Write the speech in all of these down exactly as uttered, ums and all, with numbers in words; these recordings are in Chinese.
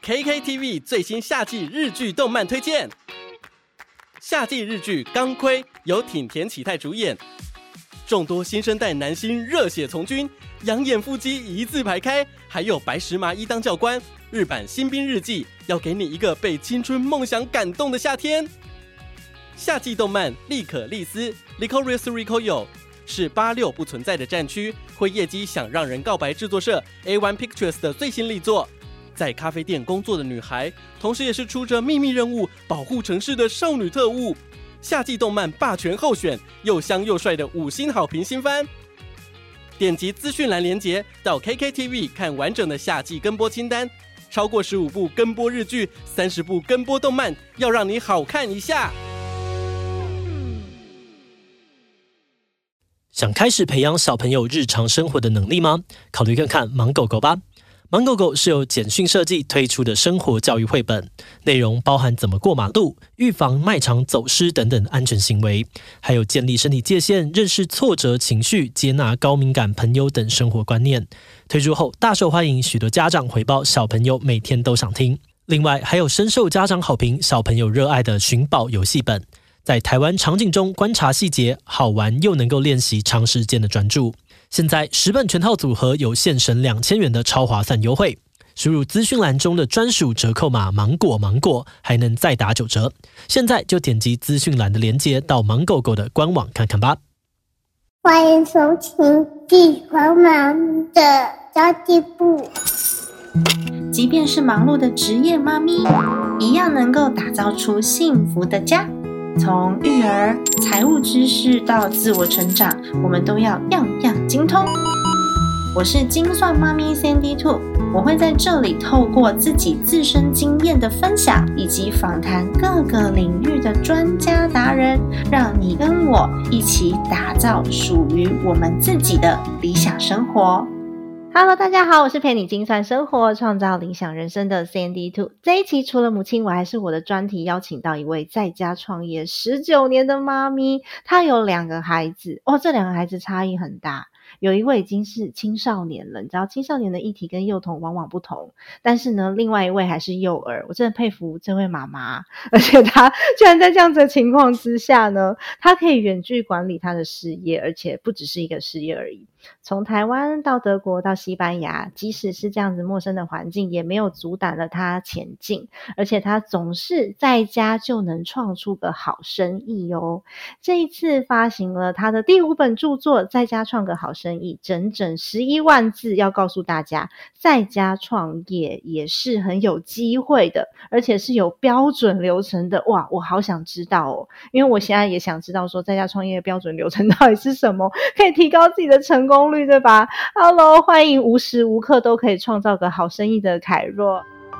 K K T V 最新夏季日剧动漫推荐。夏季日剧《钢盔》由挺田启太主演，众多新生代男星热血从军，养眼腹肌一字排开，还有白石麻衣当教官。日版新兵日记要给你一个被青春梦想感动的夏天。夏季动漫《利可利斯》 Licorice Recoil 是八六不存在的战区，辉夜姬想让人告白制作社 A 一 Pictures 的最新力作。在咖啡店工作的女孩，同时也是出着秘密任务保护城市的少女特务。夏季动漫霸权候选，又香又帅的五星好评新番。点击资讯栏连结到 K K T V 看完整的夏季跟播清单，超过十五部跟播日剧，三十部跟播动漫，要让你好看一下。 想开始培养小朋友日常生活的能力吗？考虑看看盲狗狗吧。盲狗狗是由简讯设计推出的生活教育绘本，内容包含怎么过马路、预防卖场走失等等安全行为，还有建立身体界限、认识挫折情绪、接纳高敏感朋友等生活观念。推出后大受欢迎，许多家长回报小朋友每天都想听。另外还有深受家长好评、小朋友热爱的寻宝游戏本，在台湾场景中观察细节，好玩又能够练习长时间的专注。现在十本全套组合有现省两千元的超划算优惠，输入资讯栏中的专属折扣码芒果芒果，还能再打九折。现在就点击资讯栏的连结到芒狗狗的官网看看吧。 欢迎收听地黄妈咪的交际部。 即便是忙碌的职业妈咪，一样能够打造出幸福的家。从育儿、财务知识到自我成长，我们都要样样精通。我是精算妈咪 Sandy Two， 我会在这里透过自己自身经验的分享，以及访谈各个领域的专家达人，让你跟我一起打造属于我们自己的理想生活。Hello， 大家好，我是陪你精算生活、创造理想人生的 Sandy Two。这一期除了母亲，我还是我的专题邀请到一位在家创业十九年的妈咪，她有两个孩子，哦，这两个孩子差异很大。有一位已经是青少年了，你知道青少年的议题跟幼童往往不同，但是呢，另外一位还是幼儿。我真的佩服这位妈妈，而且她居然在这样子的情况之下呢，她可以远距管理她的事业，而且不只是一个事业而已。从台湾到德国到西班牙，即使是这样子陌生的环境，也没有阻挡了她前进，而且她总是在家就能创出个好生意哦。这一次发行了她的第五本著作《在家创个好生意》，整整十一万字，要告诉大家，在家创业也是很有机会的，而且是有标准流程的。哇，我好想知道哦，因为我现在也想知道说，在家创业的标准流程到底是什么，可以提高自己的成功率，对吧？ Hello， 欢迎无时无刻都可以创造个好生意的凯若。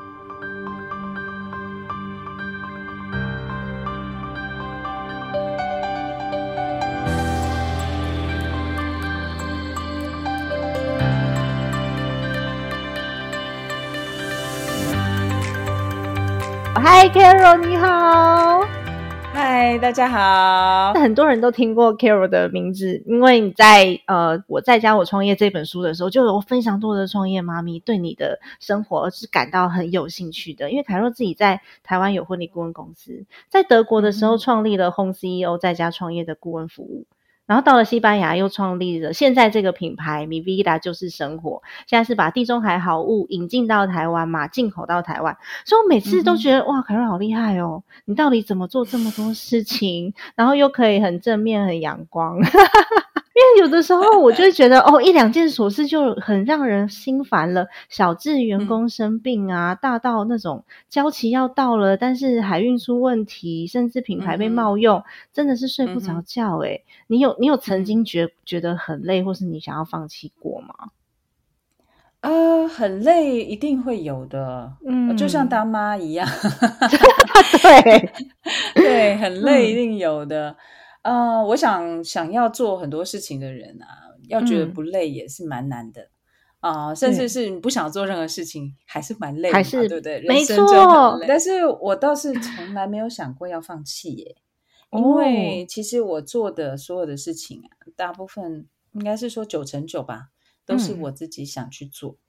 嗨 Carol 你好。 嗨，大家好。 很多人都听过 Carol 的名字，因为你在呃我在家我创业这本书的时候，就有非常多的创业妈咪对你的生活是感到很有兴趣的。因为凯若自己在台湾有婚礼顾问公司，在德国的时候创立了 Home C E O 在家创业的顾问服务，然后到了西班牙又创立了现在这个品牌 Mi Vida 就是生活，现在是把地中海好物引进到台湾嘛，进口到台湾。所以我每次都觉得、嗯、哇，凯若好厉害哦，你到底怎么做这么多事情，然后又可以很正面很阳光因为有的时候我就会觉得哦，一两件琐事就很让人心烦了，小至员工生病啊、嗯、大到那种交期要到了但是海运出问题，甚至品牌被冒用、嗯、真的是睡不着觉耶、嗯、你有你有曾经觉觉得很累，或是你想要放弃过吗？ 呃，很累一定会有的，嗯，就像当妈一样对对，很累一定有的、嗯、呃，我想想要做很多事情的人啊，要觉得不累也是蛮难的啊、呃，甚至是你不想做任何事情还是蛮累的嘛，还是对不对？ 没错， 人生就很累。但是我倒是从来没有想过要放弃耶因为其实我做的所有的事情啊，大部分应该是说九成九吧，都是我自己想去做、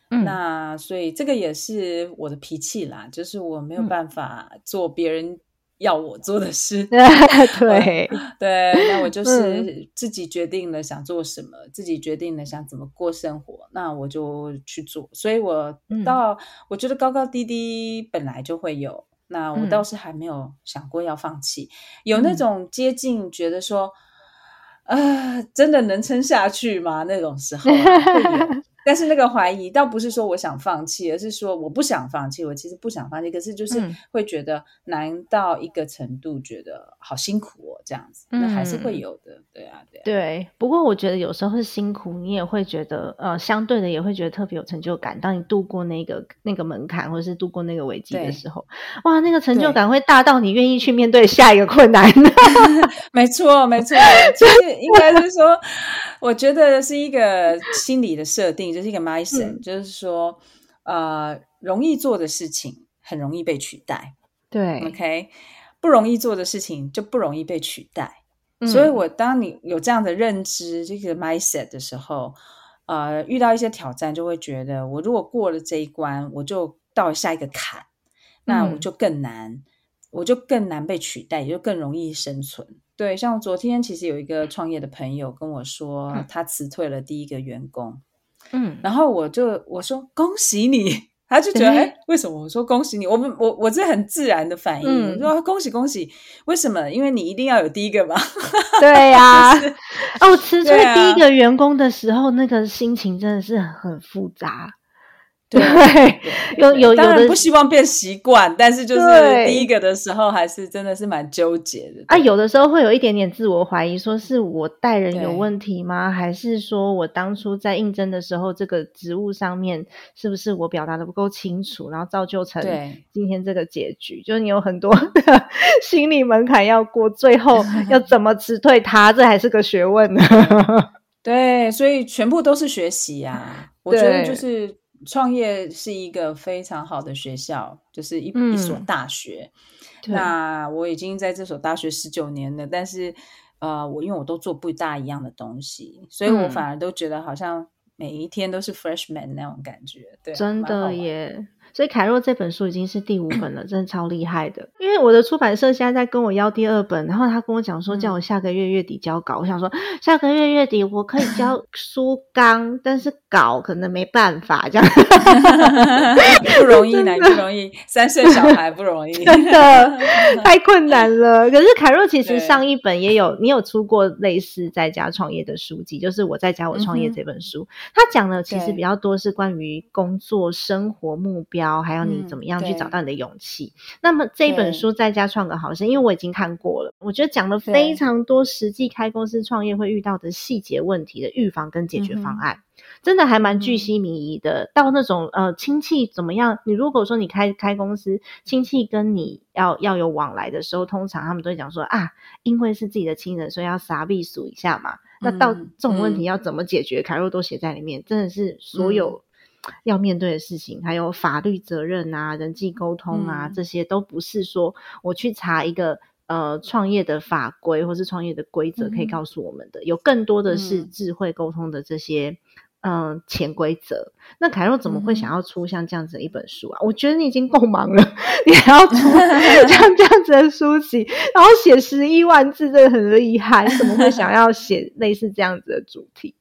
嗯， 那所以这个也是我的脾气啦，就是我没有办法做别人要我做的事。 对对，那我就嗯是自己决定了想做什么，自己决定了想怎么过生活，那我就去做。所以我到、 嗯我觉得高高低低本来就会有，那我倒是还没有想过要放弃。有那种接近觉得说啊、真的能撑下去吗？那种时候、啊、会有。但是那个怀疑倒不是说我想放弃，而是说我不想放弃，我其实不想放弃，可是就是嗯会觉得难到一个程度，觉得好辛苦哦，这样子，那还是会有的。对啊，对啊。 对，不过我觉得有时候是辛苦，你也会觉得呃，相对的也会觉得特别有成就感。当你度过那个那个门槛，或者是度过那个危机的时候，哇，那个成就感会大到你愿意去面对下一个困难。 没错，没错，其实应该是说，我觉得是一个心理的设定，就是一个 mindset，、嗯、就是说，呃，容易做的事情很容易被取代， 对 ，OK， 不容易做的事情就不容易被取代。嗯、所以我当你有这样的认知，这个 mindset 的时候，呃，遇到一些挑战，就会觉得我如果过了这一关，我就到下一个坎，那我就更难。嗯我就更难被取代，也就更容易生存。对，像昨天其实有一个创业的朋友跟我说，嗯、他辞退了第一个员工，嗯，然后我就我说恭喜你，他就觉得哎，为什么？我说恭喜你，我们我我这很自然的反应，嗯、我说恭喜恭喜，为什么？因为你一定要有第一个嘛。 对呀、啊，就是、哦，辞退第一个员工的时候，啊、那个心情真的是很复杂。对，有有有的， 当然不希望变习惯，但是就是第一个的时候，还是真的是蛮纠结的啊。有的时候会有一点点自我怀疑，说是我带人有问题吗？还是说我当初在应征的时候，这个职务上面是不是我表达的不够清楚，然后造就成今天这个结局？就是你有很多的心理门槛要过，最后要怎么辞退他，这还是个学问呢。 对，所以全部都是学习啊。我觉得就是创业是一个非常好的学校，就是一、嗯、一所大学。那我已经在这所大学十九年了，但是呃，我因为我都做不大一样的东西，所以我反而都觉得好像每一天都是 freshman 那种感觉。对， 真的耶。所以凯若这本书已经是第五本了，真的超厉害的。因为我的出版社现在在跟我要第二本，然后他跟我讲说叫我下个月月底交稿、嗯、我想说下个月月底我可以交书纲但是稿可能没办法这样。 不容易难不容易，三岁小孩不容易。 真的太困难了。可是凯若其实上一本也有你有出过类似在家创业的书籍，就是我在家我创业这本书、嗯、他讲的其实比较多是关于工作生活目标还有你怎么样去找到你的勇气、嗯、那么这本书在家创个好事，因为我已经看过了，我觉得讲了非常多实际开公司创业会遇到的细节问题的预防跟解决方案、嗯、真的还蛮巨细靡遗的、嗯、到那种呃亲戚怎么样，你如果说你开开公司亲戚跟你要要有往来的时候，通常他们都会讲说啊，因为是自己的亲人所以要撒避数一下嘛、嗯、那到这种问题要怎么解决、嗯、凯若都写在里面，真的是所有、嗯要面对的事情，还有法律责任啊、人际沟通啊、嗯、这些都不是说我去查一个呃创业的法规或是创业的规则可以告诉我们的、嗯、有更多的是智慧沟通的这些嗯、呃、潜规则。那凯若怎么会想要出像这样子的一本书啊、嗯、我觉得你已经够忙了，你还要出像这样子的书籍，然后写十一万字，真的很厉害，你怎么会想要写类似这样子的主题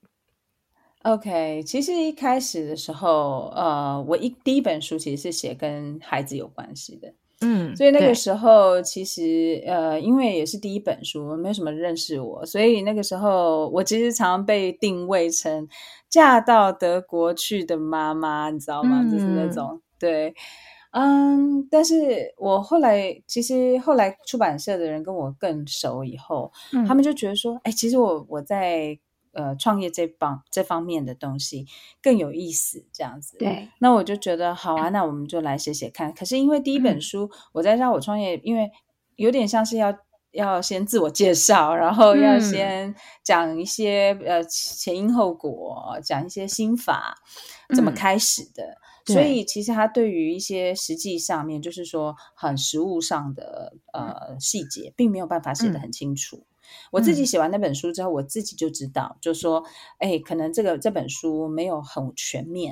？OK， 其实一开始的时候，呃，我一第一本书其实是写跟孩子有关系的，嗯，所以那个时候其实呃，因为也是第一本书，没有什么认识我，所以那个时候我其实常被定位成嫁到德国去的妈妈，你知道吗？嗯、就是那种对。嗯，但是我后来其实后来出版社的人跟我更熟以后、嗯、他们就觉得说，哎，其实我我在呃，创业这方这方面的东西更有意思，这样子。 对， 那我就觉得好啊，那我们就来写写看。可是因为第一本书、嗯、我在让我创业，因为有点像是要要先自我介绍，然后要先讲一些、嗯、呃前因后果，讲一些心法怎么开始的。嗯、所以其实它对于一些实际上面，就是说很实务上的呃细节，并没有办法写得很清楚。嗯我自己写完那本书之后、嗯、我自己就知道，就说哎，可能这个这本书没有很全面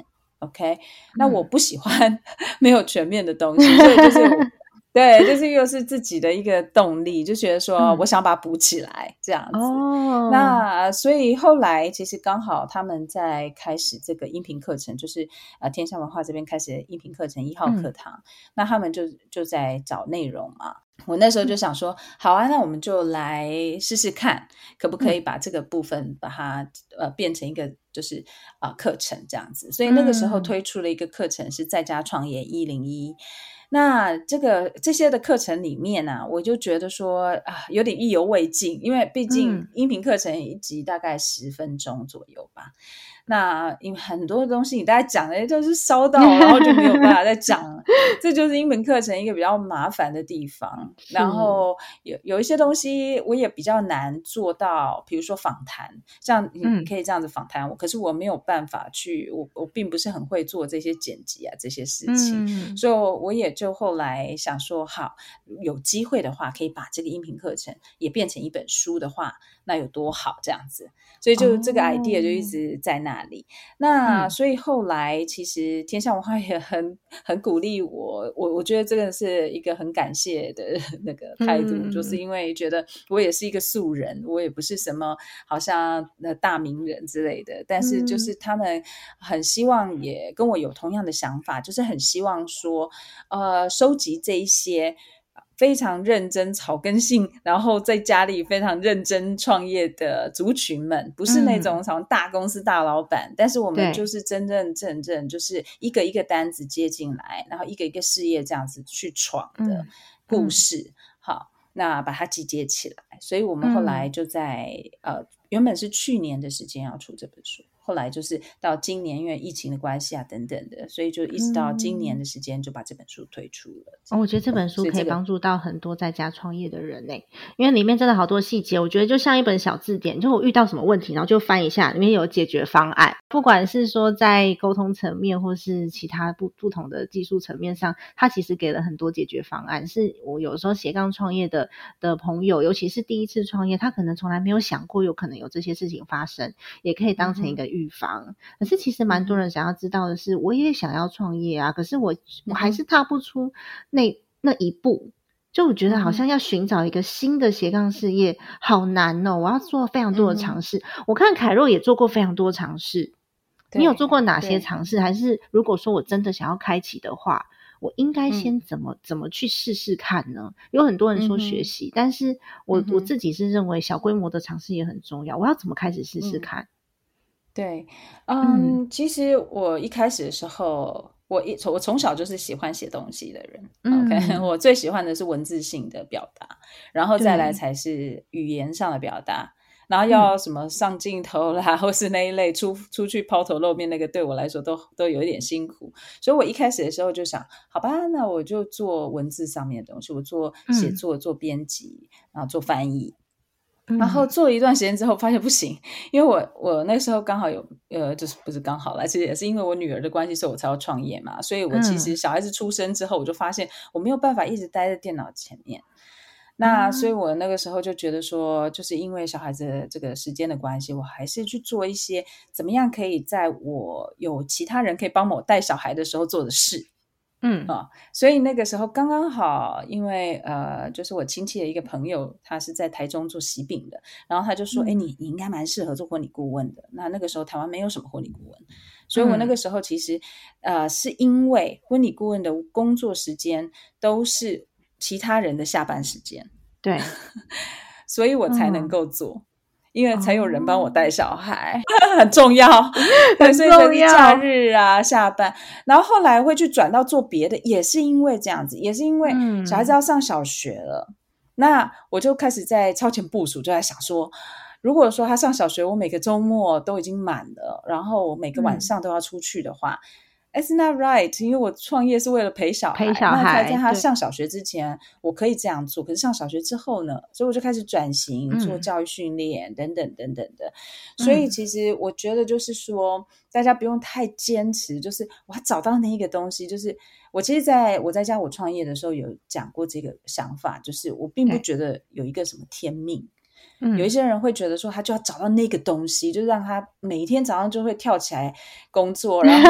OK， 那我不喜欢没有全面的东西，所以就是对，就是又是自己的一个动力，就觉得说我想把它补起来、嗯、这样子、哦、那所以后来其实刚好他们在开始这个音频课程，就是呃天下文化这边开始音频课程一号课堂、嗯、那他们就就在找内容嘛，我那时候就想说好啊，那我们就来试试看可不可以把这个部分把它、呃、变成一个就是呃课程这样子，所以那个时候推出了一个课程是在家创业一零一。那这个这些的课程里面呢、啊，我就觉得说啊，有点意犹未尽，因为毕竟音频课程一集大概十分钟左右吧。嗯，那因为很多东西你大概讲的就是烧到，然后就没有办法再讲了。这就是音频课程一个比较麻烦的地方。然后有有一些东西我也比较难做到，比如说访谈，像你可以这样子访谈我、嗯，可是我没有办法去，我我并不是很会做这些剪辑啊这些事情、嗯，所以我也就后来想说，好，有机会的话可以把这个音频课程也变成一本书的话，那有多好这样子。所以就这个 idea 就一直在那里、哦、那所以后来其实天下文化也很很鼓励我，我我觉得这个是一个很感谢的那个态度、嗯、就是因为觉得我也是一个素人，我也不是什么好像大名人之类的，但是就是他们很希望也跟我有同样的想法，就是很希望说呃收集这一些非常认真草根性，然后在家里非常认真创业的族群们，不是那种从大公司大老板、嗯、但是我们就是真真正正就是一个一个单子接进来，然后一个一个事业这样子去闯的故事、嗯嗯、好，那把它集结起来，所以我们后来就在、嗯、呃，原本是去年的时间要出这本书，后来就是到今年因为疫情的关系啊等等的，所以就一直到今年的时间就把这本书推出了、 嗯哦、我觉得这本书可以帮助到很多在家创业的人耶、因为里面真的好多细节，我觉得就像一本小字典，就我遇到什么问题然后就翻一下，里面有解决方案，不管是说在沟通层面或是其他不不同的技术层面上，它其实给了很多解决方案，是我有时候斜杠创业的的朋友，尤其是第一次创业，他可能从来没有想过有可能有这些事情发生，也可以当成一个预防、嗯、可是其实蛮多人想要知道的是，我也想要创业啊，可是我我还是踏不出那那一步，就我觉得好像要寻找一个新的斜杠事业好难哦，我要做非常多的尝试、嗯、我看凯若也做过非常多尝试，你有做过哪些尝试？还是如果说我真的想要开启的话，我应该先怎么、嗯、怎么去试试看呢？有很多人说学习、嗯、但是我、嗯、我自己是认为小规模的尝试也很重要，我要怎么开始试试看？嗯对，嗯，嗯其實我一開始的時候，我一我從小就是喜歡寫東西的人、嗯、OK， 我最喜歡的是文字性的表達，然後再來才是語言上的表達，然後要什麼上鏡頭啦、嗯、或是那一類出出去拋頭露面，那個對我來說都都有一點辛苦，所以我一開始的時候就想，好吧，那我就做文字上面的東西，我做寫作、嗯、做編輯，然後做翻譯，然後做了一段時間之後發現不行，因為我我那時候剛好有呃，就是不是剛好啦，其實也是因為我女兒的關係，所以我才要創業嘛，所以我其實小孩子出生之後，我就發現我沒有辦法一直待在電腦前面，那所以我那個時候就覺得說，就是因為小孩子的這個時間的關係，我還是去做一些怎麼樣可以在我有其他人可以幫我帶小孩的時候做的事。嗯啊、哦，所以那個時候剛剛好，因為呃，就是我親戚的一個朋友，他是在台中做喜餅的，然後他就說，哎、嗯，你你應該蠻適合做婚禮顧問的。那那個時候台灣沒有什麼婚禮顧問，所以我那個時候其實、嗯、呃，是因為婚禮顧問的工作時間都是其他人的下班時間， 對， 所以我才能夠做。嗯，因為才有人幫我帶小孩，哦、很重要，很重要，所以假日啊下班，然後後來會去轉到做別的，也是因為這樣子，也是因為小孩子要上小學了、嗯、那我就開始在超前部署，就在想說，如果說他上小學我每個週末都已經滿了，然後我每個晚上都要出去的話、嗯、It's not right， 因為我創業是為了陪小孩， 陪小孩， 那在他上小學之前我可以這樣做，可是上小學之後呢，所以我就開始轉型、嗯、做教育訓練等等等等的，所以其實我覺得就是說大家不用太堅持，就是我要找到那一個東西，就是我其實在我在家我創業的時候有講過這個想法，就是我並不覺得有一個什麼天命， 嗯、有一些人会觉得说他就要找到那个东西，就让他每一天早上就会跳起来工作，然后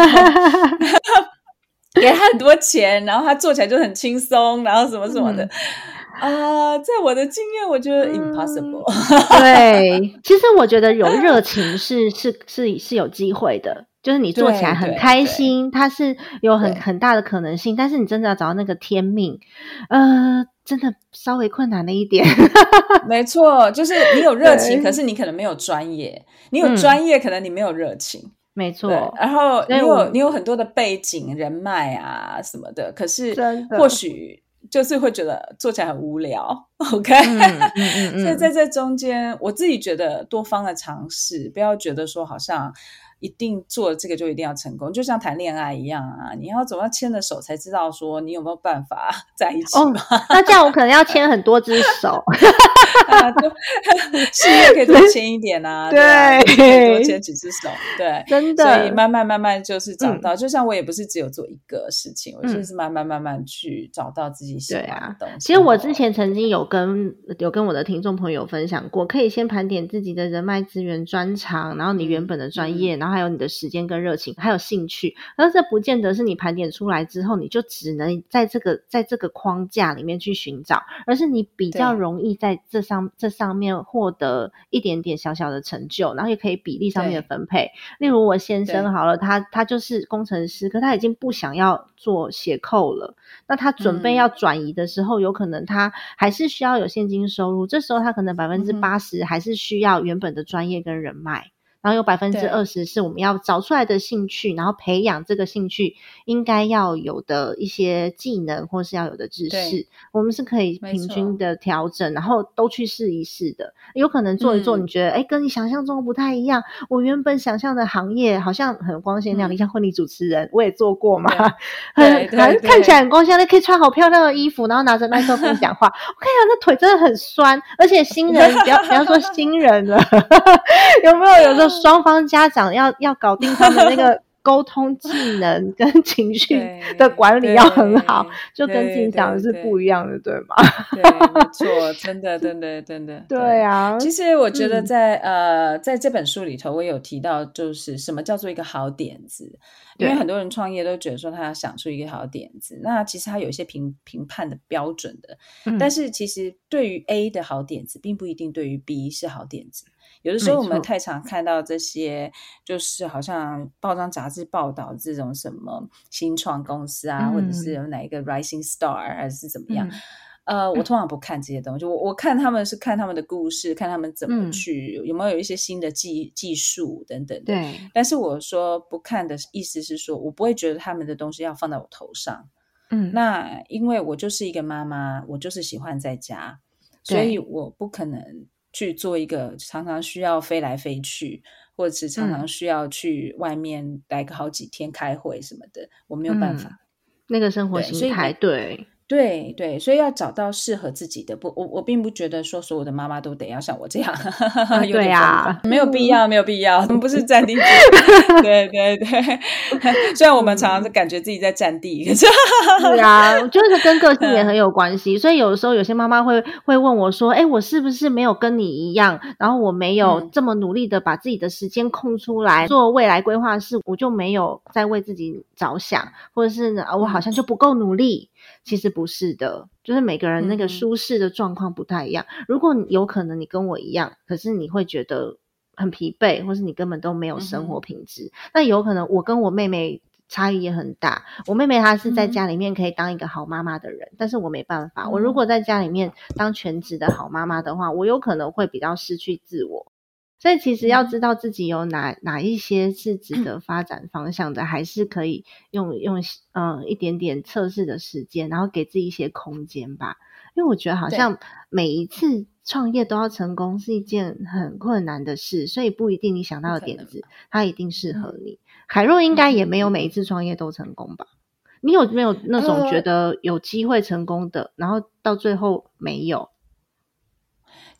给他很多钱，然后他做起来就很轻松，然后什么什么的。嗯啊、呃，在我的经验，我觉得 impossible、 嗯。对，其实我觉得有热情是是是是有机会的，就是你做起来很开心，它是有很很大的可能性。但是你真的要找到那个天命，呃，真的稍微困难了一点。 没错，就是你有热情，可是你可能没有专业；你有专业，可能你没有热情。嗯没错， 然后你有你有很多的背景、人脉啊什么的，可是或许就是会觉得做起来很无聊 ，OK？ 嗯嗯嗯嗯所以在这中间，我自己觉得多方的尝试，不要觉得说好像一定做了这个就一定要成功，就像谈恋爱一样啊，你要总要牵着手才知道说你有没有办法在一起嘛。 哦、那这样我可能要牵很多只手。 啊，就事业可以多牵一点啊，对啊，可以多牵几只手，对， 真的。 所以慢慢慢慢就是找到，嗯、就像我也不是只有做一个事情，我就是慢慢慢慢去找到自己喜欢的东西。 嗯、其实我之前曾经有跟有跟我的听众朋友分享过，可以先盘点自己的人脉资源、专长，然后你原本的专业，嗯、然后还有你的时间跟热情，还有兴趣。而这不见得是你盘点出来之后，你就只能在这个在这个框架里面去寻找，而是你比较容易在这上这上面获得一点点小小的成就，然后也可以比例上面的分配。例如我先生好了，他他就是工程师，可他已经不想要做写扣了，那他准备要转移的时候，嗯、有可能他还是需要有现金收入，这时候他可能百分之八十还是需要原本的专业跟人脉。然后有百分之二十是我们要找出来的兴趣，然后培养这个兴趣应该要有的一些技能或是要有的知识，我们是可以平均的调整，然后都去试一试的。有可能做一做，你觉得哎、嗯，跟你想象中不太一样。我原本想象的行业好像很光鲜亮丽，嗯、像婚礼主持人，我也做过嘛，很看起来很光鲜亮丽，可以穿好漂亮的衣服，然后拿着麦克风讲话。我看起来那腿真的很酸，而且新人不要不要说新人了，有没有有时候？双方家长要要搞定他们那个沟通技能跟情绪的管理要很好，就跟自己讲的是不一样的， 对, 对, 对吗？ 对，没错，真的真的真的对啊。 其实我觉得在、嗯、呃在这本书里头我有提到，就是什么叫做一个好点子，因为很多人创业都觉得说他要想出一个好点子，那其实他有一些评评判的标准的、嗯、但是其实对于 A 的好点子并不一定对于 B 是好点子。有的时候我们太常看到这些就是好像报章杂志报道这种什么新创公司啊、嗯、或者是有哪一个 rising star 还是怎么样、嗯、呃，我通常不看这些东西，我我看他们是看他们的故事，看他们怎么去、嗯、有没有一些新的技技术等等的。 对， 但是我说不看的意思是说我不会觉得他们的东西要放在我头上。嗯，那因为我就是一个妈妈，我就是喜欢在家，所以我不可能去做一个常常需要飞来飞去，或者是常常需要去外面待个好几天开会什么的、嗯、我没有办法、嗯、 那个生活形态。对对对，所以要找到适合自己的。不，我我并不觉得说所有的妈妈都得要像我这样， 啊、 有点对啊， 没有必要，没有必要，我们不是占地主对对对，虽然我们常常感觉自己在占地，可是是啊，我觉得跟个性也很有关系。所以有的时候有些妈妈会会问我说：“哎，我是不是没有跟你一样？然后我没有这么努力的把自己的时间空出来、嗯、做未来规划事，我就没有在为自己着想，或者是呢，我好像就不够努力。”其实不是的，就是每个人那个舒适的状况不太一样、嗯、如果有可能你跟我一样，可是你会觉得很疲惫，或是你根本都没有生活品质、嗯、那有可能我跟我妹妹差异也很大，我妹妹她是在家里面可以当一个好妈妈的人、嗯、但是我没办法，我如果在家里面当全职的好妈妈的话，我有可能会比较失去自我。所以其实要知道自己有哪哪一些是值得发展方向的，还是可以用用嗯一点点测试的时间，然后给自己一些空间吧。因为我觉得好像每一次创业都要成功是一件很困难的事，所以不一定你想到的点子它一定适合你。凯若应该也没有每一次创业都成功吧？你有没有那种觉得有机会成功的、呃、然后到最后没有？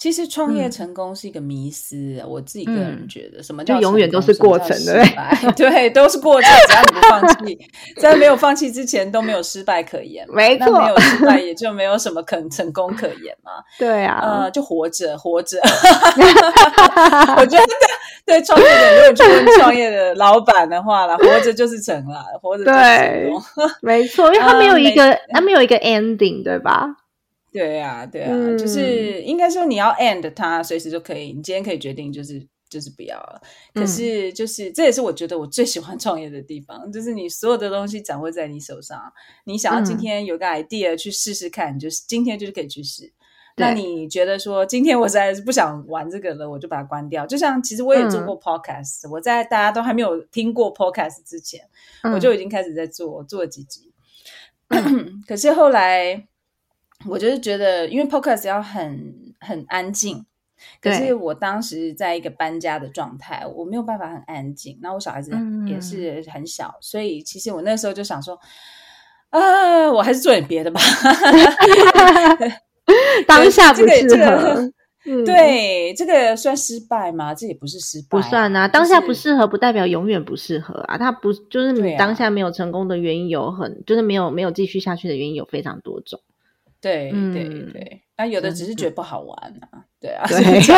其实创业成功是一个迷思、嗯、我自己个人觉得、嗯、什么叫就永远都是过程的， 对，都是过程，只要你不放弃在没有放弃之前都没有失败可言， 没错， 那没有失败也就没有什么可能成功可言嘛。 对啊， 呃，就活着活着我觉得对创业的，如果去问创业的老板的话啦，活着就是成啦，活着就是成功， 没错，因为他没有一个、呃、他没有一个 ending， 对吧？ 对啊对啊、嗯、就是应该说你要 end 它随时就可以，你今天可以决定就是就是不要了，可是就是、嗯、这也是我觉得我最喜欢创业的地方，就是你所有的东西掌握在你手上，你想要今天有个 idea 去试试看、嗯、就是今天就是可以去试，那你觉得说今天我实在是不想玩这个了，我就把它关掉。就像其实我也做过 podcast、嗯、我在大家都还没有听过 podcast 之前、嗯、我就已经开始在做做了几集、嗯、可是后来我就是觉得因为 podcast 要很很安静，可是我当时在一个搬家的状态，我没有办法很安静，那我小孩子也是很小、嗯、所以其实我那时候就想说啊，我还是做点别的吧当下不适合、 这个这个嗯、对，这个算失败吗？这也不是失败、啊、 不算啊，当下不适合不代表永远不适合啊，它不就是你当下没有成功的原因有很、啊、就是没有没有继续下去的原因有非常多种， 对对对，那、嗯、有的只是觉得不好玩啊，对啊， 对所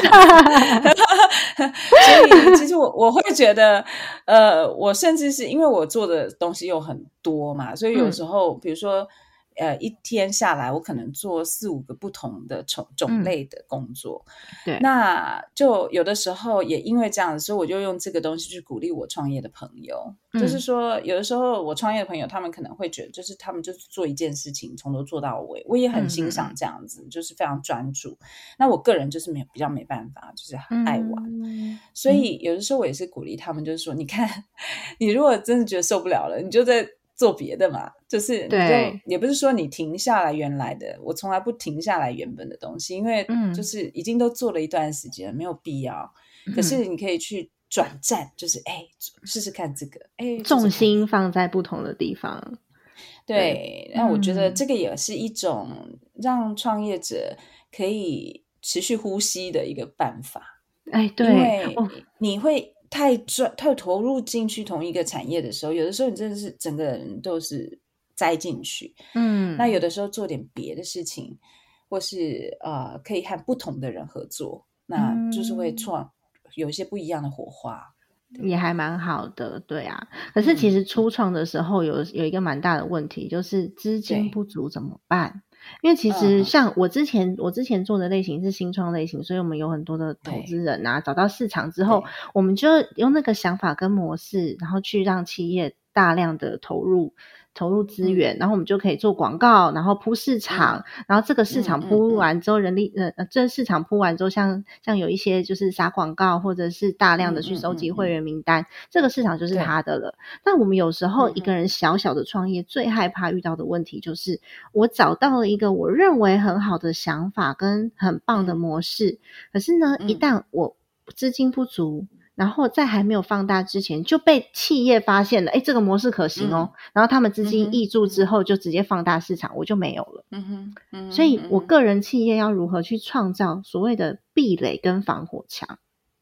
以其实我我会觉得，呃，我甚至是因为我做的东西有很多嘛，所以有时候、嗯、比如说。呃，一天下来我可能做四五个不同的种种类的工作、 嗯、对， 那就有的时候也因为这样，所以我就用这个东西去鼓励我创业的朋友、嗯、就是说有的时候我创业的朋友他们可能会觉得就是他们就是做一件事情从头做到尾，我也很欣赏这样子、嗯、就是非常专注，那我个人就是没有比较没办法，就是很爱玩、嗯、所以有的时候我也是鼓励他们，就是说你看你如果真的觉得受不了了，你就在做别的嘛，就是你就也不是说你停下来原来的，我从来不停下来原本的东西，因为就是已经都做了一段时间、嗯、没有必要，可是你可以去转战，就是哎试试看这个，哎重心放在不同的地方， 对，那我觉得这个也是一种让创业者可以持续呼吸的一个办法， 哎对， 因为你会太专太投入进去同一个产业的时候，有的时候你真的是整个人都是栽进去，嗯，那有的时候做点别的事情，或是呃可以和不同的人合作，那就是会创、嗯、有一些不一样的火花， 也还蛮好的，对啊。可是其实初创的时候有有一个蛮大的问题，就是资金不足怎么办？因为其实像我之前、嗯、我之前做的类型是新创类型，所以我们有很多的投资人啊，找到市场之后，我们就用那个想法跟模式，然后去让企业大量的投入投入资源、嗯、然后我们就可以做广告，然后铺市场、嗯、然后这个市场铺完之后、嗯、人力呃这市场铺完之后，像像有一些就是撒广告或者是大量的去收集会员名单、嗯嗯嗯、这个市场就是他的了。但我们有时候一个人小小的创业、嗯、最害怕遇到的问题就是我找到了一个我认为很好的想法跟很棒的模式、嗯、可是呢、嗯、一旦我资金不足，然后在还没有放大之前就被企业发现了，诶这个模式可行哦、嗯、然后他们资金挹注之后就直接放大市场、嗯、我就没有了、嗯哼嗯、所以我个人企业要如何去创造所谓的壁垒跟防火墙。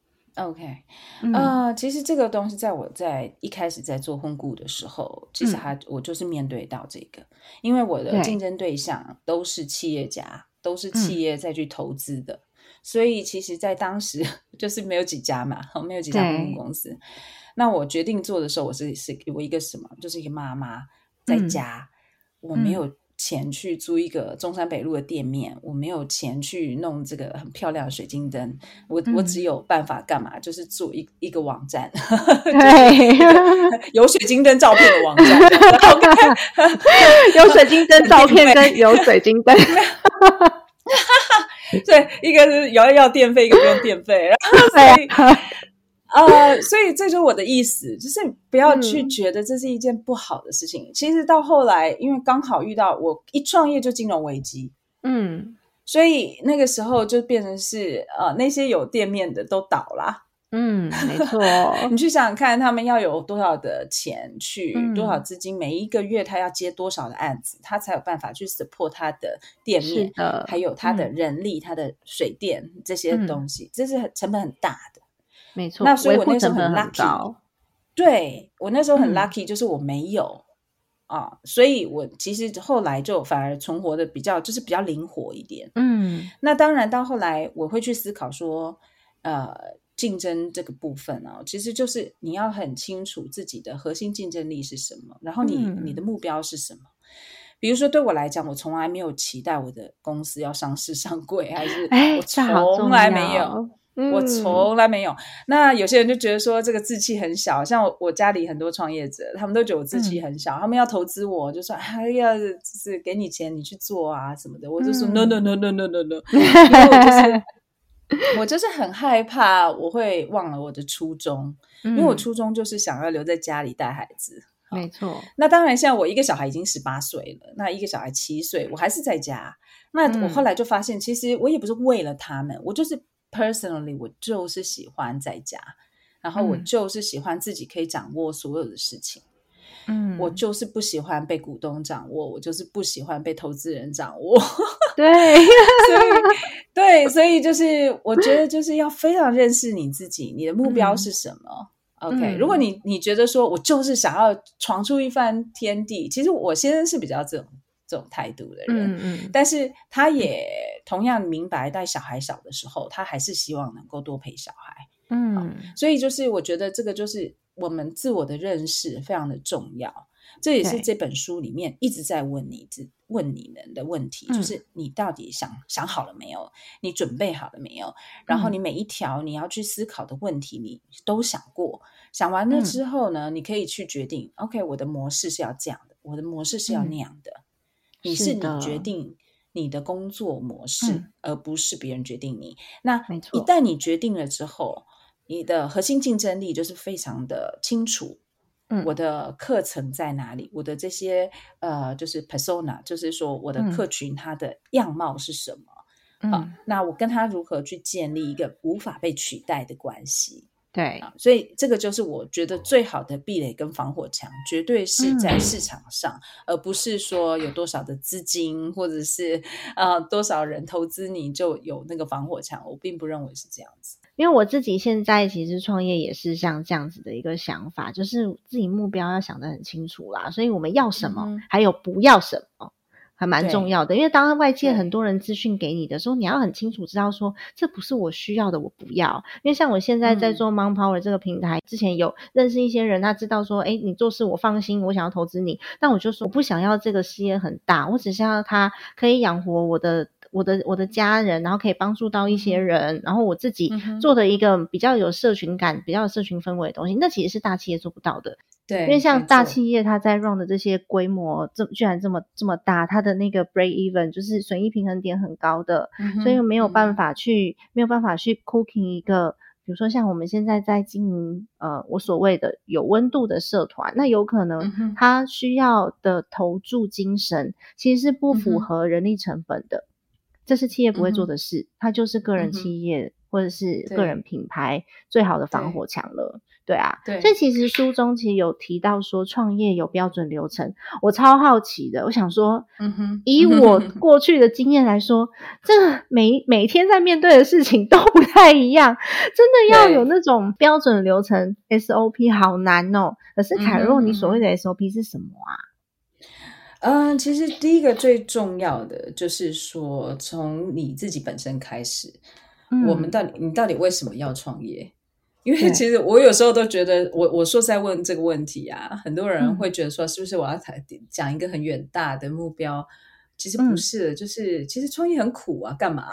OK、嗯、呃，其实这个东西在我在一开始在做婚顾的时候，其实还、嗯、我就是面对到这个，因为我的竞争对象都是企业家，都是企业再去投资的、嗯，所以其实在当时就是没有几家嘛，没有几家婚顾公司。那我决定做的时候，我是是我一个什么，就是一个妈妈在家、嗯、我没有钱去租一个中山北路的店面、嗯、我没有钱去弄这个很漂亮的水晶灯，我、嗯、我只有办法干嘛，就是做一一个网站对有水晶灯照片的网站有水晶灯照片跟有水晶灯对，一个是要要电费，一个不用电费，然后所以呃，所以这就是我的意思，就是不要去觉得这是一件不好的事情、嗯、其实到后来因为刚好遇到我一创业就金融危机，嗯，所以那个时候就变成是呃那些有店面的都倒啦， 嗯，没错。 你去想想看，他们要有多少的钱去、 嗯、 多少资金，每一个月他要接多少的案子，他才有办法去 support 他的店面，还有他的人力、嗯、他的水电这些东西，嗯、这是成本很大的。 没错， 那所以我那时候很 lucky， 很对我那时候很 lucky，、嗯、就是我没有啊，所以我其实后来就反而存活的比较就是比较灵活一点。 嗯， 那当然到后来我会去思考说，呃。竞争这个部分啊，其实就是你要很清楚自己的核心竞争力是什么，然后你、嗯、你的目标是什么。比如说对我来讲，我从来没有期待我的公司要上市上柜，还是我从来没有、嗯、我从来没有。那有些人就觉得说这个志气很小，像 我, 我家里很多创业者，他们都觉得我志气很小、嗯、他们要投资我就说哎呀，是给你钱你去做啊什么的，我就说、嗯、no no no no no no no 因为我就是我就是很害怕我会忘了我的初衷、嗯、因为我初衷就是想要留在家里带孩子。 没错。 那当然现在我一个小孩已经十八岁了，那一个小孩七岁，我还是在家。那我后来就发现、嗯、其实我也不是为了他们，我就是 personally 我就是喜欢在家，然后我就是喜欢自己可以掌握所有的事情。嗯，我就是不喜欢被股东掌握，我就是不喜欢被投资人掌握。 对所以对，所以就是我觉得就是要非常认识你自己，你的目标是什么、嗯、OK、嗯、如果你你觉得说我就是想要闯出一番天地，其实我先生是比较这种这种态度的人、嗯嗯、但是他也同样明白带小孩小的时候他还是希望能够多陪小孩。嗯，所以就是我觉得这个就是我们自我的认识非常的重要，这也是这本书里面一直在问你问你们的问题、嗯、就是你到底想想好了没有，你准备好了没有，然后你每一条你要去思考的问题你都想过，想完了之后呢、嗯、你可以去决定 OK 我的模式是要这样的，我的模式是要那样的、嗯、你是你决定你的工作模式、嗯、而不是别人决定你。那一旦你决定了之后，你的核心竞争力就是非常的清楚、嗯、我的课程在哪里，我的这些呃就是 persona 就是说我的客群它的样貌是什么、嗯啊、那我跟他如何去建立一个无法被取代的关系。 对、 啊、所以这个就是我觉得最好的壁垒跟防火墙，绝对是在市场上、嗯、而不是说有多少的资金或者是呃多少人投资你就有那个防火墙，我并不认为是这样子。 因为我自己现在其实创业也是像这样子的一个想法，就是自己目标要想得很清楚啦，所以我们要什么、嗯、还有不要什么还蛮重要的。因为当外界很多人资讯给你的时候，你要很清楚知道说这不是我需要的，我不要。因为像我现在在做 Mompower 这个平台、嗯、之前有认识一些人，他知道说诶你做事我放心，我想要投资你，但我就说我不想要这个事业很大，我只想要它可以养活我的我的我的家人，然后可以帮助到一些人、嗯、然后我自己做的一个比较有社群感、比较有社群氛围的东西，那其实是大企业做不到的。 对， 因为像大企业它在 run 的这些规模这居然这么这么大，它的那个 break even 就是损益平衡点很高的、嗯、所以没有办法去、嗯、没有办法去 cooking 一个比如说像我们现在在经营呃我所谓的有温度的社团，那有可能它需要的投注精神其实是不符合人力成本的、嗯、这是企业不会做的事、嗯、它就是个人企业、嗯、或者是个人品牌最好的防火墙了。 对, 对啊对，所以其实书中其实有提到说创业有标准流程，我超好奇的，我想说、嗯、哼以我过去的经验来说这每每天在面对的事情都不太一样，真的要有那种标准流程 S O P 好难哦。可是凯若、嗯、你所谓的 S O P 是什么啊？ 嗯，其实第一个最重要的就是说从你自己本身开始、嗯、我们到底你到底为什么要创业？因为其实我有时候都觉得我我说在问这个问题啊，很多人会觉得说是不是我要讲一个很远大的目标，其实不是、嗯、就是其实创业很苦啊，干嘛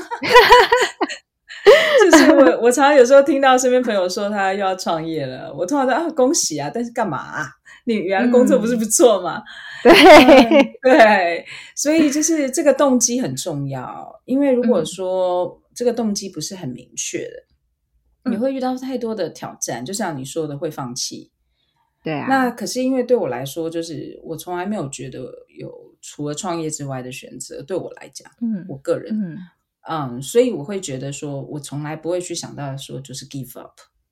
就是我我常常有时候听到身边朋友说他又要创业了，我通常说啊恭喜啊，但是干嘛啊，你原来工作不是不错吗、 嗯、对、 嗯、对，所以就是这个动机很重要，因为如果说这个动机不是很明确的、嗯、你会遇到太多的挑战，就像你说的会放弃。 对啊， 那可是因为对我来说，就是我从来没有觉得有除了创业之外的选择，对我来讲，嗯，我个人嗯嗯，所以我会觉得说我从来不会去想到说就是 give up，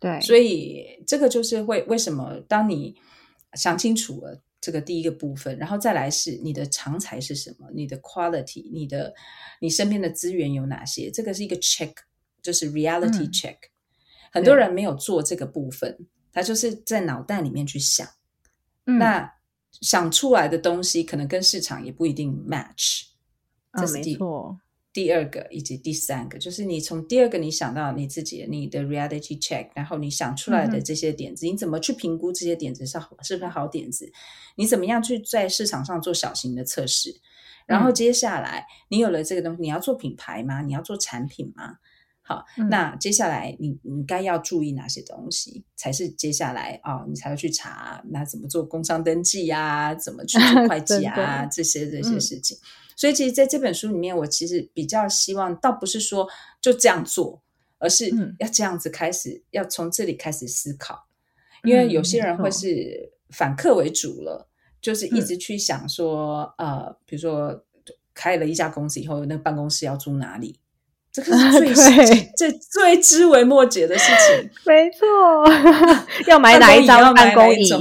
对， 所以这个就是会为什么当你想清楚了这个第一个部分，然后再来是你的长才是什么，你的 quality， 你的你身边的资源有哪些，这个是一个 check， 就是 reality check、嗯、很多人没有做这个部分，他就是在脑袋里面去想、嗯、那想出来的东西可能跟市场也不一定 match， 这是第、 啊、没错第二个以及第三个，就是你从第二个你想到你自己你的 reality check， 然后你想出来的这些点子、嗯、你怎么去评估这些点子是是不是好点子，你怎么样去在市场上做小型的测试，然后接下来你有了这个东西，你要做品牌吗？你要做产品吗？好、嗯、那接下来你你该要注意哪些东西才是接下来、哦、你才会去查那怎么做工商登记啊，怎么去做会计啊这些这些事情、嗯，所以其实在这本书里面我其实比较希望倒不是说就这样做，而是要这样子开始、嗯、要从这里开始思考，因为有些人会是反客为主了、嗯、就是一直去想说、嗯、呃，比如说开了一家公司以后那个办公室要租哪里，这个是最最最枝微末节的事情， 没错要买哪一张办公椅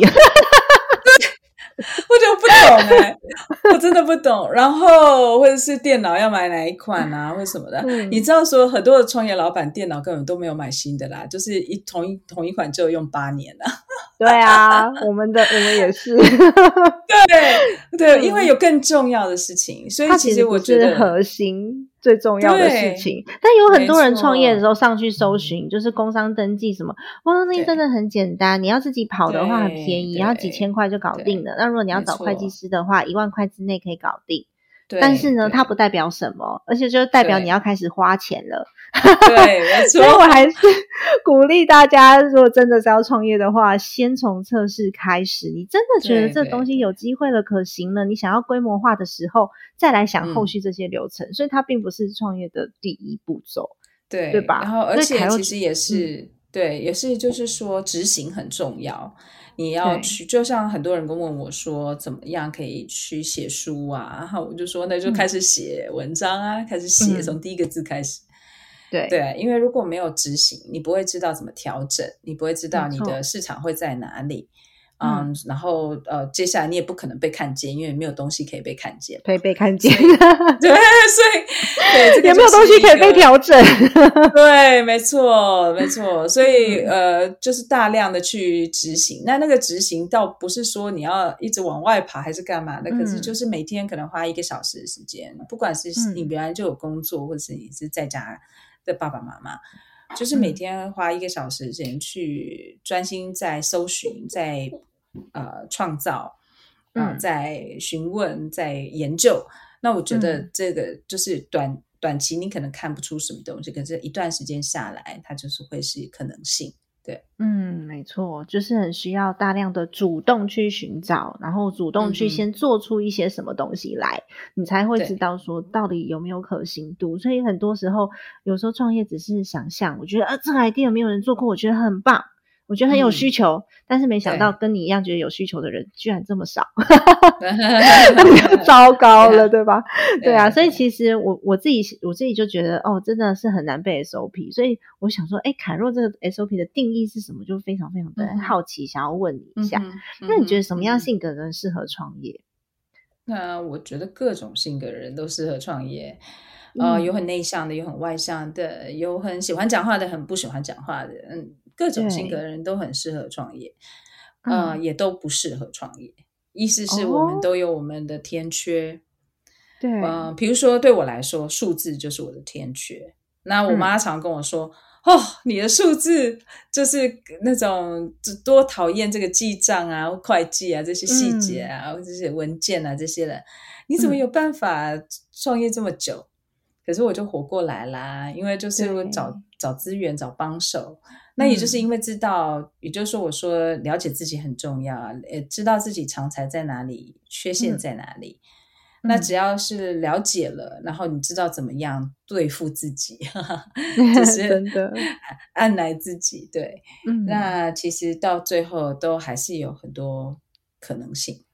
我就不懂哎、欸，我真的不懂。然后或者是电脑要买哪一款啊，或者什么的、嗯。你知道说很多的创业老板电脑根本都没有买新的啦，就是一同一同一款就用八年啦。 对啊，我们的我们也是。 对对、嗯，因为有更重要的事情，所以其实我觉得它其实不是核心最重要的事情。但有很多人创业的时候上去搜寻，就是工商登记什么，工商登记真的很简单，你要自己跑的话很便宜，要几千块就搞定了。那如果你要找会计师的话，一万块之内可以搞定。但是呢，它不代表什么，而且就代表你要开始花钱了。 对，没错。 所以我还是鼓励大家，如果真的是要创业的话，先从测试开始。你真的觉得这东西有机会了，可行了，你想要规模化的时候，再来想后续这些流程。嗯、所以它并不是创业的第一步骤， 对对吧？ 然后而且其实也是、嗯、对，也是就是说执行很重要。你要去，就像很多人跟问我说怎么样可以去写书啊，然后我就说那就开始写文章啊、嗯、开始写，从第一个字开始、嗯、对对，因为如果没有执行，你不会知道怎么调整，你不会知道你的市场会在哪里，嗯，嗯然后呃，接下来你也不可能被看见，因为没有东西可以被看见， 可以被看见， 对，所以对、这个、 有没有东西可以被调整？ 对，没错，没错，所以呃，就是大量的去执行。那那个执行倒不是说你要一直往外爬还是干嘛的，嗯、可是就是每天可能花一个小时的时间，不管是你原来就有工作，嗯、或者是你是在家的爸爸妈妈。就是每天花一个小时时间去专心在搜寻，在呃创造，呃嗯、在询问，在研究。那我觉得这个就是短、嗯、短期你可能看不出什么东西，可是一段时间下来，它就是会是可能性。对， 嗯，没错，就是很需要大量的主动去寻找，然后主动去先做出一些什么东西来，嗯、你才会知道说到底有没有可行度。所以很多时候，有时候创业只是想象，我觉得啊，这个 idea 没有人做过，我觉得很棒。我觉得很有需求、嗯、但是没想到跟你一样觉得有需求的人居然这么少那就糟糕了对吧？对啊，所以其实我我自己我自己就觉得哦，真的是很难背 S O P， 所以我想说诶凯若这个 S O P 的定义是什么，就非常非常的好奇、嗯、想要问你一下、嗯、那你觉得什么样性格的人适合创业？ 那我觉得各种性格的人都适合创业，呃，有很内向的，有很外向的，有很喜欢讲话的，很不喜欢讲话的，嗯，各种性格的人都很适合创业，呃，也都不适合创业。意思是我们都有我们的天缺， 对、 哦，呃，比如说对我来说，数字就是我的天缺。那我妈常跟我说，嗯、哦，你的数字就是那种多讨厌这个记账啊、会计啊这些细节啊、嗯、这些文件啊这些人，你怎么有办法创业这么久？嗯，可是我就活过来啦，因为就是我找找资源找帮手，那也就是因为知道、嗯、也就是说我说了解自己很重要，也知道自己长才在哪里，缺陷在哪里、嗯、那只要是了解了，然后你知道怎么样对付自己就是真的按来自己，对、 嗯、 那其实到最后都还是有很多可能性，对，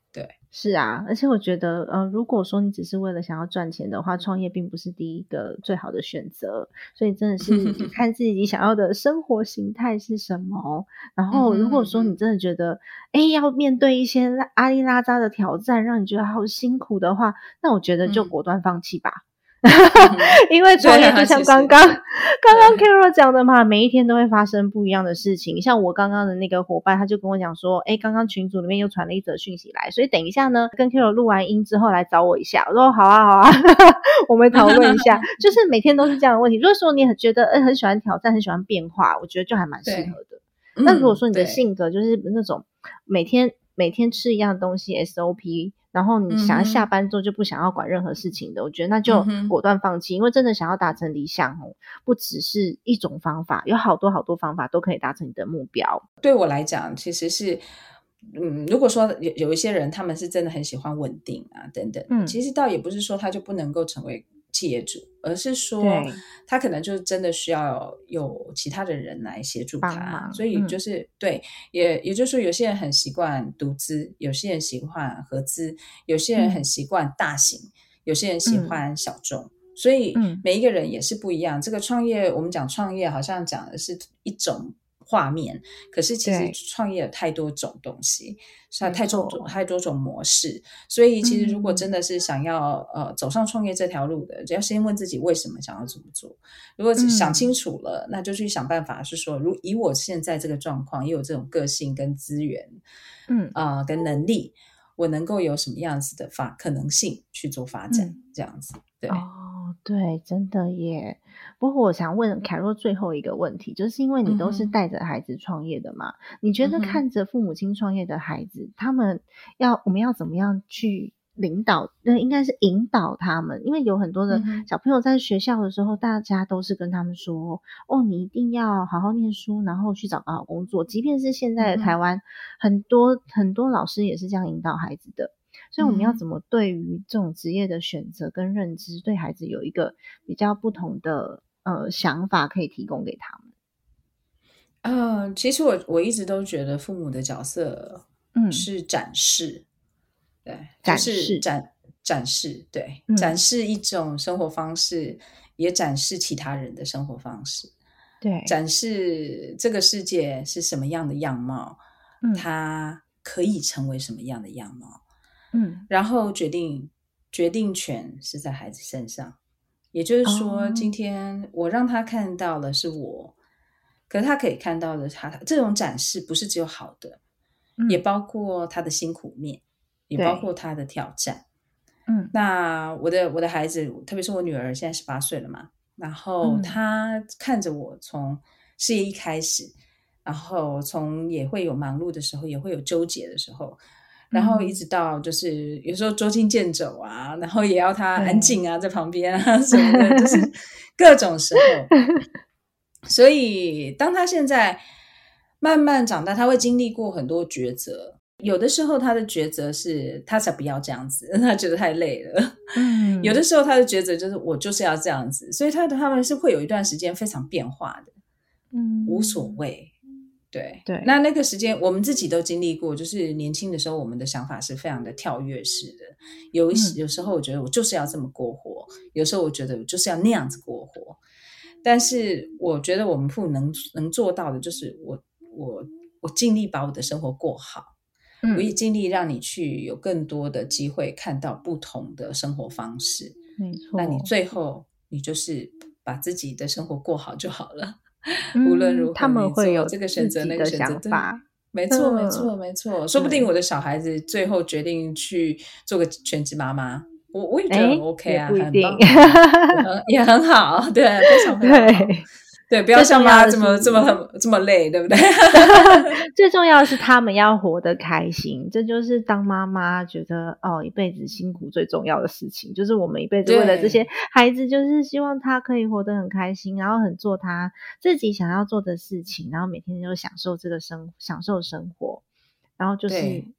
是啊，而且我觉得呃，如果说你只是为了想要赚钱的话，创业并不是第一个最好的选择，所以真的是看自己想要的生活形态是什么。然后如果说你真的觉得诶要面对一些阿里拉扎的挑战，让你觉得好辛苦的话，那我觉得就果断放弃吧。因为创业就像刚刚刚刚 Carol 讲的嘛，每一天都会发生不一样的事情。像我刚刚的那个伙伴，他就跟我讲说，诶刚刚群组里面又传了一则讯息来，所以等一下呢跟 Carol 录完音之后来找我一下。我说好啊好啊我们讨论一下。就是每天都是这样的问题。如果说你很觉得诶很喜欢挑战，很喜欢变化，我觉得就还蛮适合的。那如果说你的性格就是那种每天每天吃一样的东西 S O P， 然后你想要下班之后就不想要管任何事情的、嗯、我觉得那就果断放弃、嗯、因为真的想要达成理想哦，不只是一种方法，有好多好多方法都可以达成你的目标。 对我来讲其实是嗯，如果说 有, 有一些人他们是真的很喜欢稳定啊等等、嗯、其实倒也不是说他就不能够成为企业主，而是说他可能就真的需要有其他的人来协助他，所以就是、嗯、对，也也就是说有些人很习惯独资，有些人喜欢合资，有些人很习惯大型、嗯、有些人喜欢小众、嗯、所以每一个人也是不一样、嗯、这个创业我们讲创业好像讲的是一种画面，可是其实创业有太多种东西，太多种太多种模式，所以其实如果真的是想要、嗯、呃走上创业这条路的，就要先问自己为什么想要这么做。如果想清楚了、嗯、那就去想办法，是说如以我现在这个状况，也有这种个性跟资源嗯啊、呃、跟能力，我能够有什么样子的发可能性去做发展、嗯、这样子。对哦，对，真的耶。不过我想问凯若最后一个问题，就是因为你都是带着孩子创业的嘛、嗯、你觉得看着父母亲创业的孩子、嗯、他们要我们要怎么样去领导，应该是引导他们，因为有很多的小朋友在学校的时候、嗯、大家都是跟他们说哦，你一定要好好念书，然后去找个好工作，即便是现在的台湾、嗯、很多很多老师也是这样引导孩子的。所以我们要怎么对于这种职业的选择跟认知、嗯、对孩子有一个比较不同的呃想法可以提供给他们？ 呃，其实我我一直都觉得父母的角色是展示、嗯、对， 展示、 就是展展示对、嗯、展示一种生活方式，也展示其他人的生活方式， 对， 展示这个世界是什么样的样貌、嗯、它可以成为什么样的样貌，嗯，然后决定决定权是在孩子身上，也就是说、哦、今天我让他看到的是我，可是他可以看到的他这种展示不是只有好的、嗯、也包括他的辛苦面，也包括他的挑战。嗯，那我的我的孩子，特别是我女儿现在十八岁了嘛，然后他看着我从事业一开始，然后从也会有忙碌的时候，也会有纠结的时候，然后一直到就是有时候捉襟见肘啊，然后也要他安静啊，在旁边啊什么的，就是各种时候。所以当他现在慢慢长大，他会经历过很多抉择，有的时候他的抉择是他才不要这样子，他觉得太累了、嗯、有的时候他的抉择就是我就是要这样子，所以他他们是会有一段时间非常变化的，嗯，无所谓。对对，那那个时间我们自己都经历过，就是年轻的时候我们的想法是非常的跳跃式的，有、嗯、有时候我觉得我就是要这么过活，有时候我觉得我就是要那样子过活，但是我觉得我们父母能能做到的就是我我我尽力把我的生活过好、嗯、我也尽力让你去有更多的机会看到不同的生活方式， 没错， 那你最后你就是把自己的生活过好就好了，无论如何、嗯、 他们会有这个选择那个选择想法， 没错没错没错，说不定我的小孩子最后决定去做个全职妈妈，我我也觉得很 OK 啊， 也不一定， 很棒也很好，对，非常非常好，对对，不要像妈这么这么这么累，对不对？ 最重要的是他们要活得开心，这就是当妈妈觉得哦一辈子辛苦最重要的事情，就是我们一辈子为了这些孩子，就是希望他可以活得很开心，然后很做他自己想要做的事情，然后每天就享受这个生享受生活，然后就是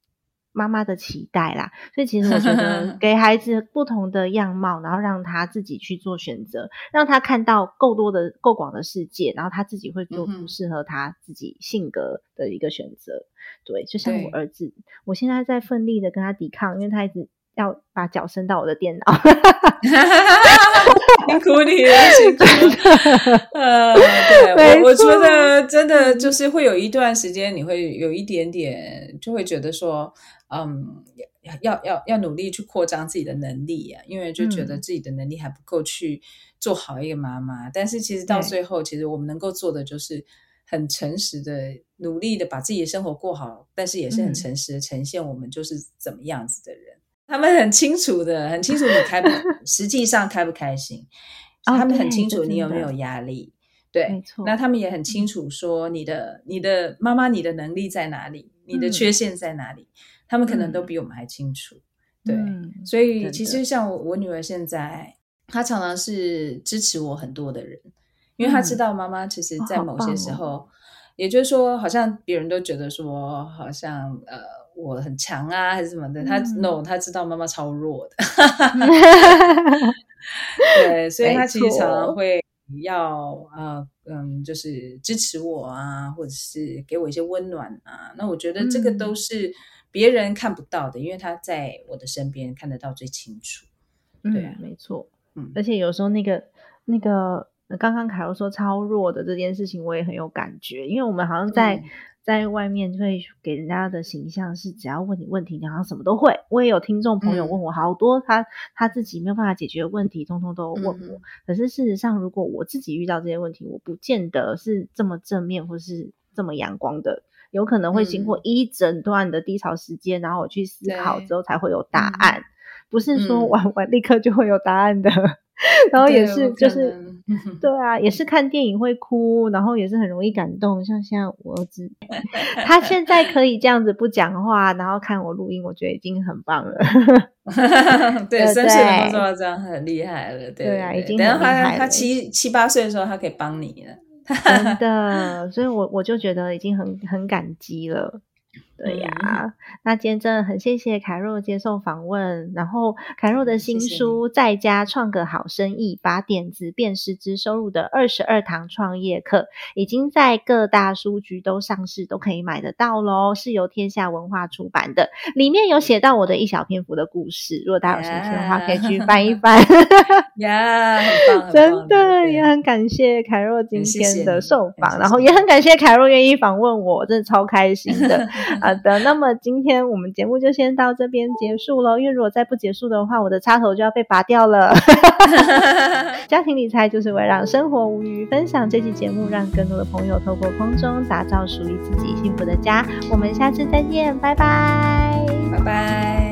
妈妈的期待啦，所以其实我觉得给孩子不同的样貌，然后让他自己去做选择，让他看到够多的够广的世界，然后他自己会做出适合他自己性格的一个选择。对，就像我儿子，我现在在奋力的跟他抵抗，因为他一直要把脚伸到我的电脑。 辛苦你了，辛苦了。呃，对，我我觉得真的就是会有一段时间，你会有一点点就会觉得说，嗯，要要要努力去扩张自己的能力啊，因为就觉得自己的能力还不够去做好一个妈妈。嗯、但是其实到最后，其实我们能够做的就是很诚实的、努力的把自己的生活过好，但是也是很诚实的呈现我们就是怎么样子的人。嗯，他们很清楚的，很清楚你开不实际上开不开心，哦、他们很清楚你有没有压力，对，没错。那他们也很清楚说你的你的妈妈你的能力在哪里，你的缺陷在哪里，嗯、他们可能都比我们还清楚，嗯、对、嗯。所以其实像我我女儿现在，她常常是支持我很多的人，因为她知道妈妈其实在某些时候，嗯哦、也就是说，好像别人都觉得说，好像呃。我很强啊还是什么的，他、嗯、no 他知道妈妈超弱的。对，所以他其实常常会要呃嗯就是支持我啊，或者是给我一些温暖啊，那我觉得这个都是别人看不到的、嗯、因为他在我的身边看得到最清楚。对啊、 嗯、没错。嗯，而且有时候那个那个刚刚凯若说超弱的这件事情我也很有感觉，因为我们好像在、嗯在外面会给人家的形象是只要问你问题你好像什么都会，我也有听众朋友问我好多他、嗯、他自己没有办法解决的问题通通都问我、嗯、可是事实上如果我自己遇到这些问题我不见得是这么正面或是这么阳光的，有可能会经过一整段的低潮时间、嗯、然后我去思考之后才会有答案、嗯、不是说玩完立刻就会有答案的然后也是就是对啊，也是看电影会哭，然后也是很容易感动，像像我儿子他现在可以这样子不讲话然后看我录音，我觉得已经很棒了。 对，三岁能够做到这样很厉害了。 对, 对啊，已经很厉害了。 等到他他七七八岁的时候他可以帮你了。 真的，所以我我就觉得已经很很感激了。对呀、啊嗯，那今天真的很谢谢凯若接受访问，然后凯若的新书在家创个好生意，把点子变实质收入的二十二堂创业课已经在各大书局都上市，都可以买得到咯，是由天下文化出版的，里面有写到我的一小篇幅的故事，如果大家有兴趣的话、yeah. 可以去翻一翻。 呀、yeah, 很棒， 真的也很感谢凯若今天的受访，然后也很感谢凯若愿意访问我，真的超开心的。好的，那么今天我们节目就先到这边结束咯，因为如果再不结束的话我的插头就要被拔掉了。家庭理财就是为了让生活无虞，分享这期节目让更多的朋友透过空中打造属于自己幸福的家，我们下次再见，拜拜， 拜拜。